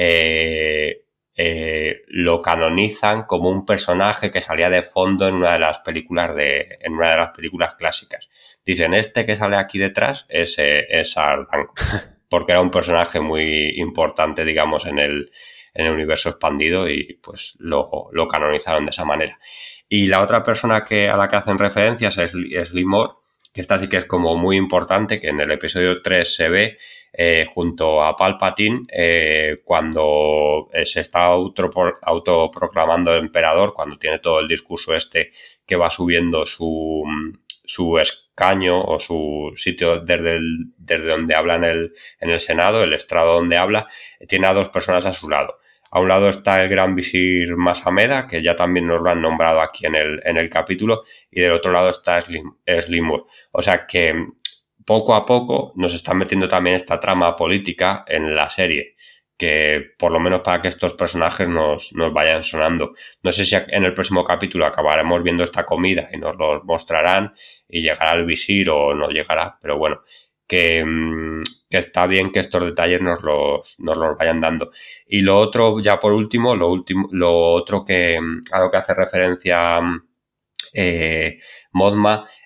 lo canonizan como un personaje que salía de fondo en una de las películas clásicas. Dicen, este que sale aquí detrás es Ardanko, porque era un personaje muy importante, digamos, en el universo expandido y pues lo canonizaron de esa manera. Y la otra persona a la que hacen referencias es Slee Moore, que esta sí que es como muy importante, que en el episodio 3 se ve junto a Palpatine cuando se está autoproclamando emperador, cuando tiene todo el discurso que va subiendo su escaño o su sitio desde donde habla en el Senado, el estrado donde habla, tiene a dos personas a su lado. A un lado está el gran visir Masameda, que ya también nos lo han nombrado aquí en el capítulo, y del otro lado está Slee Moore. O sea que poco a poco nos están metiendo también esta trama política en la serie, que por lo menos para que estos personajes nos vayan sonando. No sé si en el próximo capítulo acabaremos viendo esta comida y nos lo mostrarán y llegará el visir o no llegará, pero bueno, que está bien que estos detalles nos los vayan dando. Y lo otro, ya por último, lo otro a lo que hace referencia Mothma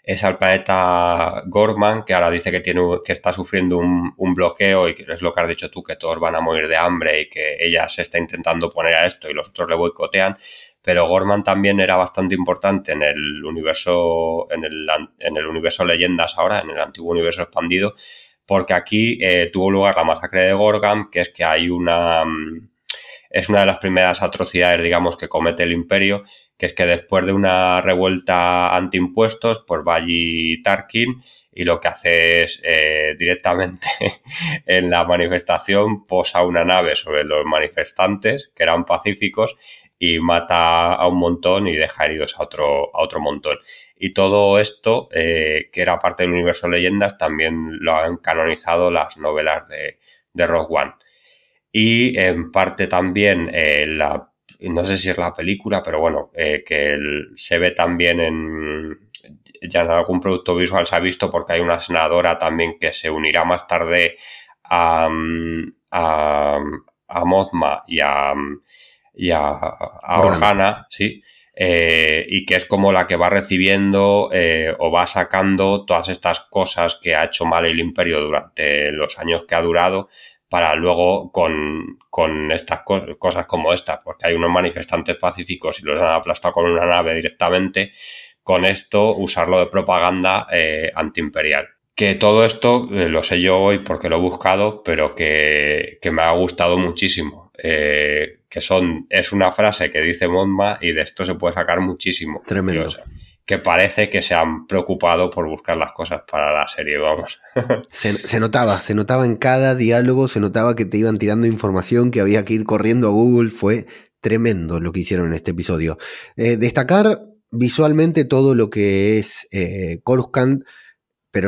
es al planeta Gorman, que ahora dice que está sufriendo un bloqueo y que es lo que has dicho tú, que todos van a morir de hambre y que ella se está intentando oponer a esto y los otros le boicotean. Pero Gorman también era bastante importante en el universo, en el universo Leyendas ahora, en el antiguo universo expandido, porque aquí tuvo lugar la masacre de Gorgam, que es que hay es una de las primeras atrocidades, digamos, que comete el Imperio, que es que después de una revuelta antiimpuestos, pues va allí Tarkin y lo que hace es directamente en la manifestación posa una nave sobre los manifestantes, que eran pacíficos, y mata a un montón y deja heridos a otro montón. Y todo esto, que era parte del universo Leyendas, también lo han canonizado las novelas de Rogue One. Y en parte también no sé si es la película, pero bueno, que se ve también ya en algún producto visual se ha visto porque hay una senadora también que se unirá más tarde a, a, a Mothma y a Organa, sí, y que es como la que va recibiendo o va sacando todas estas cosas que ha hecho mal el Imperio durante los años que ha durado, para luego con estas cosas como esta, porque hay unos manifestantes pacíficos y los han aplastado con una nave directamente, con esto usarlo de propaganda antiimperial. Que todo esto lo sé yo hoy porque lo he buscado, pero que me ha gustado muchísimo. Es una frase que dice Mothma y de esto se puede sacar muchísimo. Tremendo. O sea, que parece que se han preocupado por buscar las cosas para la serie, vamos. Se notaba en cada diálogo, se notaba que te iban tirando información, que había que ir corriendo a Google. Fue tremendo lo que hicieron en este episodio. Destacar visualmente todo lo que es Coruscant, pero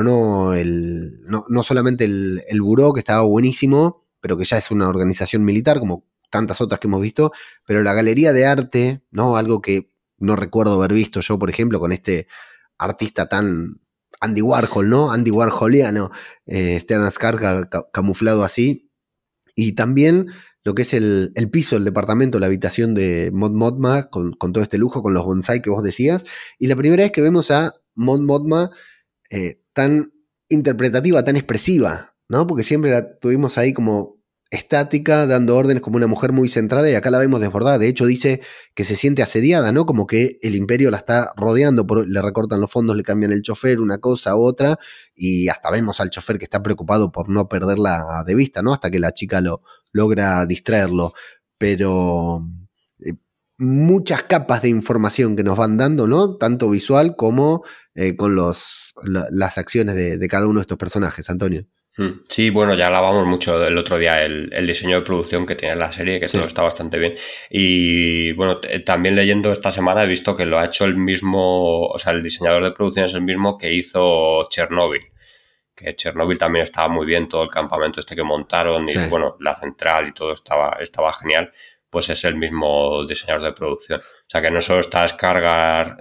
no solamente el buró, que estaba buenísimo, pero que ya es una organización militar, como tantas otras que hemos visto, pero la galería de arte, ¿no? Algo que no recuerdo haber visto yo, por ejemplo, con este artista tan Andy Warhol, ¿no? Andy Warholiano, Stellan Skarsgård camuflado así, y también lo que es el piso, el departamento, la habitación de Mon Mothma, con todo este lujo, con los bonsai que vos decías, y la primera vez que vemos a Mon Mothma tan interpretativa, tan expresiva, ¿no? Porque siempre la tuvimos ahí como estática, dando órdenes, como una mujer muy centrada, y acá la vemos desbordada. De hecho, dice que se siente asediada, ¿no? Como que el Imperio la está rodeando, le recortan los fondos, le cambian el chofer, una cosa a otra, y hasta vemos al chofer que está preocupado por no perderla de vista, ¿no? Hasta que la chica lo logra distraerlo. Pero muchas capas de información que nos van dando, ¿no? Tanto visual como con las acciones de cada uno de estos personajes, Antonio. Sí, bueno, ya hablábamos mucho el otro día, el diseño de producción que tiene la serie, que sí, todo está bastante bien. Y bueno, también leyendo esta semana he visto que lo ha hecho el mismo, o sea, el diseñador de producción es el mismo que hizo Chernobyl. Que Chernobyl también estaba muy bien, todo el campamento este que montaron, y bueno, la central y todo estaba genial. Pues es el mismo diseñador de producción. O sea que no solo está Skarsgård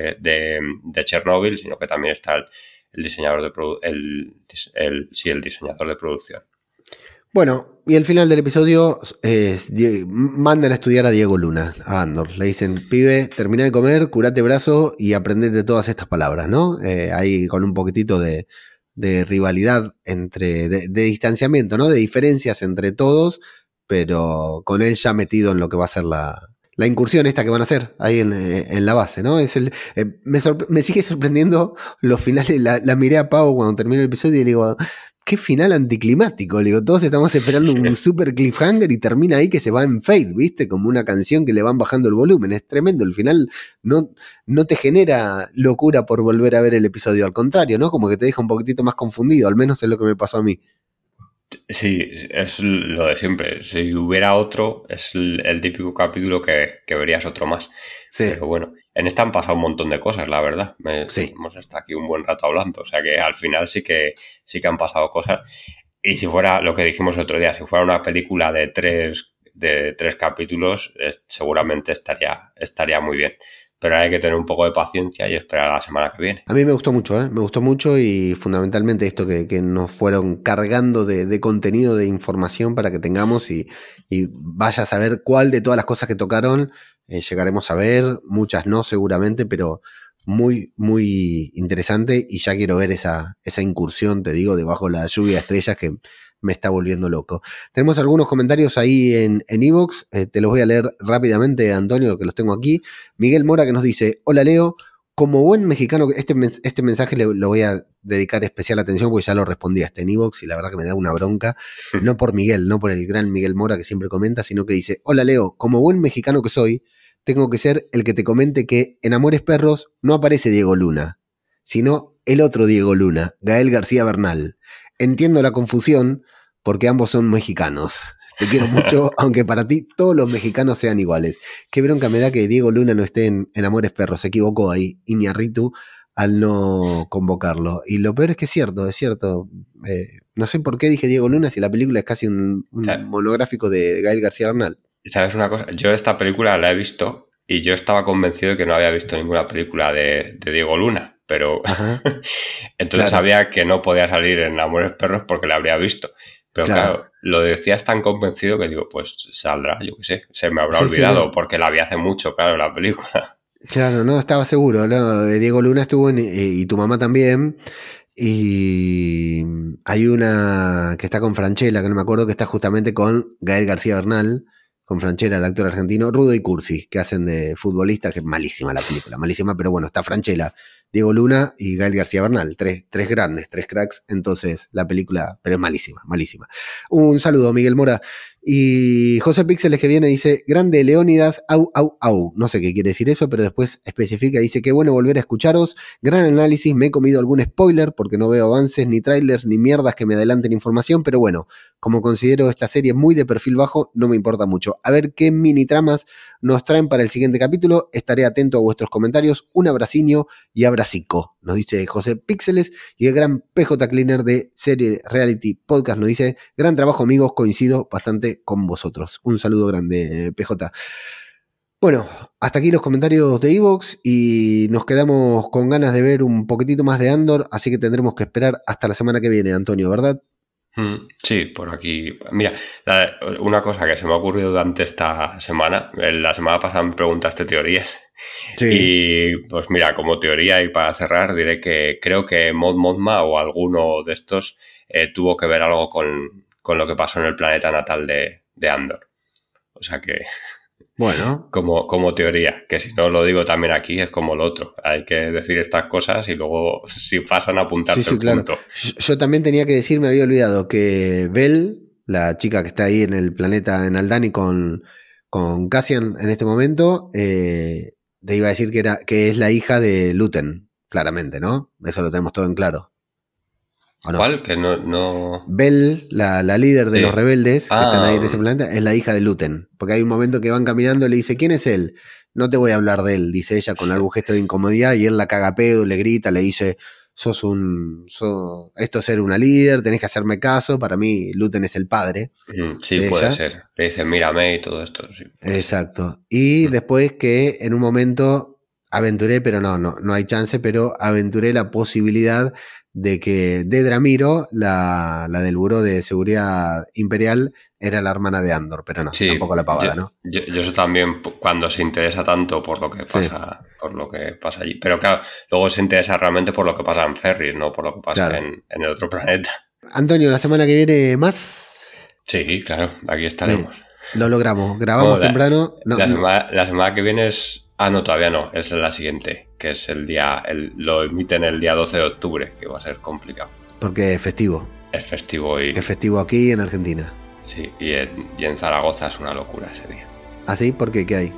de Chernobyl, sino que también está el diseñador el diseñador de producción. Bueno, y al final del episodio mandan a estudiar a Diego Luna, a Andor. Le dicen, pibe, termina de comer, curate brazo y aprendete todas estas palabras, ¿no? Ahí con un poquitito de rivalidad, de distanciamiento, ¿no? De diferencias entre todos, pero con él ya metido en lo que va a ser la incursión esta que van a hacer ahí en la base, ¿no? Me sigue sorprendiendo los finales. La miré a Pau cuando terminó el episodio y le digo, qué final anticlimático. Le digo, todos estamos esperando un super cliffhanger y termina ahí que se va en fade, ¿viste? Como una canción que le van bajando el volumen. Es tremendo. El final no te genera locura por volver a ver el episodio. Al contrario, ¿no? Como que te deja un poquitito más confundido. Al menos es lo que me pasó a mí. Sí, es lo de siempre. Si hubiera otro, es el típico capítulo que verías otro más. Sí. Pero bueno, en esta han pasado un montón de cosas, la verdad. Sí. Hemos estado aquí un buen rato hablando. O sea que al final sí que han pasado cosas. Y si fuera lo que dijimos el otro día, si fuera una película de tres capítulos, seguramente estaría muy bien. Pero hay que tener un poco de paciencia y esperar a la semana que viene. A mí me gustó mucho, me gustó mucho, y fundamentalmente esto que nos fueron cargando de contenido, de información para que tengamos y vaya a saber cuál de todas las cosas que tocaron llegaremos a ver, muchas no seguramente, pero muy, muy interesante y ya quiero ver esa incursión, te digo, debajo de la lluvia de estrellas que me está volviendo loco. Tenemos algunos comentarios ahí en iVoox, te los voy a leer rápidamente, Antonio, que los tengo aquí. Miguel Mora que nos dice, hola Leo, como buen mexicano, este mensaje lo voy a dedicar especial atención porque ya lo respondí hasta en iVoox y la verdad que me da una bronca, no por Miguel, no por el gran Miguel Mora que siempre comenta, sino que dice, hola Leo, como buen mexicano que soy, tengo que ser el que te comente que en Amores Perros no aparece Diego Luna, sino el otro Diego Luna, Gael García Bernal. Entiendo la confusión porque ambos son mexicanos. Te quiero mucho, aunque para ti todos los mexicanos sean iguales. Qué bronca me da que Diego Luna no esté en Amores Perros. Se equivocó ahí Iñárritu al no convocarlo. Y lo peor es que es cierto, es cierto. No sé por qué dije Diego Luna si la película es casi un monográfico de Gael García Bernal. ¿Sabes una cosa? Yo esta película la he visto y yo estaba convencido de que no había visto ninguna película de Diego Luna, pero entonces sabía que no podía salir en Amores Perros porque la habría visto. Pero claro, lo decías tan convencido que digo, pues saldrá, yo qué sé, se me habrá olvidado porque la vi hace mucho, claro, la película. Claro, no, estaba seguro, ¿no? Diego Luna estuvo y tu mamá también. Y hay una que está con Franchella, que no me acuerdo, que está justamente con Gael García Bernal, con Franchella, el actor argentino, Rudo y Cursi, que hacen de futbolistas, que es malísima la película, malísima, pero bueno, está Franchella, Diego Luna y Gael García Bernal, tres grandes, tres cracks, entonces la película, pero es malísima, malísima. Un saludo, Miguel Mora. Y José Píxeles que viene dice, grande Leónidas, au, au, au. No sé qué quiere decir eso, pero después especifica, dice, qué bueno volver a escucharos, gran análisis, me he comido algún spoiler porque no veo avances, ni trailers, ni mierdas que me adelanten información, pero bueno, como considero esta serie muy de perfil bajo, no me importa mucho. A ver qué mini tramas nos traen para el siguiente capítulo, estaré atento a vuestros comentarios, un abraciño y abracico, nos dice José Píxeles, y el gran PJ Cleaner de Serie Reality Podcast nos dice, gran trabajo amigos, coincido bastante con vosotros. Un saludo grande, PJ. Bueno, hasta aquí los comentarios de iVoox y nos quedamos con ganas de ver un poquitito más de Andor, así que tendremos que esperar hasta la semana que viene, Antonio, ¿verdad? Sí, por aquí. Mira, una cosa que se me ha ocurrido durante esta semana, la semana pasada me preguntaste teorías. Sí. Y pues mira, como teoría y para cerrar diré que creo que Mon Mothma o alguno de estos tuvo que ver algo con lo que pasó en el planeta natal de Andor. O sea que, bueno, como teoría, que si no lo digo también aquí es como lo otro. Hay que decir estas cosas y luego si pasan a apuntarte el punto. Yo también tenía que decir, me había olvidado, que Bell, la chica que está ahí en el planeta en Aldhani con Cassian en este momento, te iba a decir que es la hija de Luten, claramente, ¿no? Eso lo tenemos todo en claro. No? ¿Cuál? Que no... Bell, la líder de los rebeldes que están ahí en ese planeta, es la hija de Luten. Porque hay un momento que van caminando y le dice, ¿quién es él? No te voy a hablar de él, dice ella con algún gesto de incomodidad, y él la caga pedo, le grita, le dice, esto es ser una líder, tenés que hacerme caso, para mí Luten es el padre. Sí, puede ser. Le dice, mírame y todo esto. Sí, exacto. Y después que en un momento aventuré, pero no hay chance, pero aventuré la posibilidad de que Dedra Meero, la del Buró de Seguridad Imperial, era la hermana de Andor, pero no, sí, tampoco la pavada, ¿no? Yo eso también, cuando se interesa tanto por lo que pasa, por lo que pasa allí. Pero claro, luego se interesa realmente por lo que pasa en Ferris, no por lo que pasa en el otro planeta. Antonio, ¿la semana que viene más? Sí, claro, aquí estaremos. Lo logramos, grabamos temprano. La semana que viene es... no, todavía no, es la siguiente, que es lo emiten el día 12 de octubre, que va a ser complicado. Porque es festivo. Es festivo y... Es festivo aquí en Argentina. Sí, y en Zaragoza es una locura ese día. ¿Ah, sí? ¿Por qué? ¿Qué hay?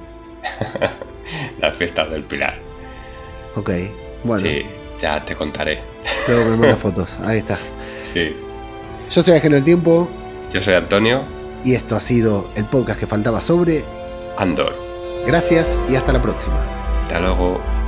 Las fiestas del Pilar. Ok, bueno. Sí, ya te contaré. Luego me manda fotos, ahí está. Sí. Yo soy Ajeno al Tiempo. Yo soy Antonio. Y esto ha sido el podcast que faltaba sobre... Andor. Gracias y hasta la próxima. Hasta luego.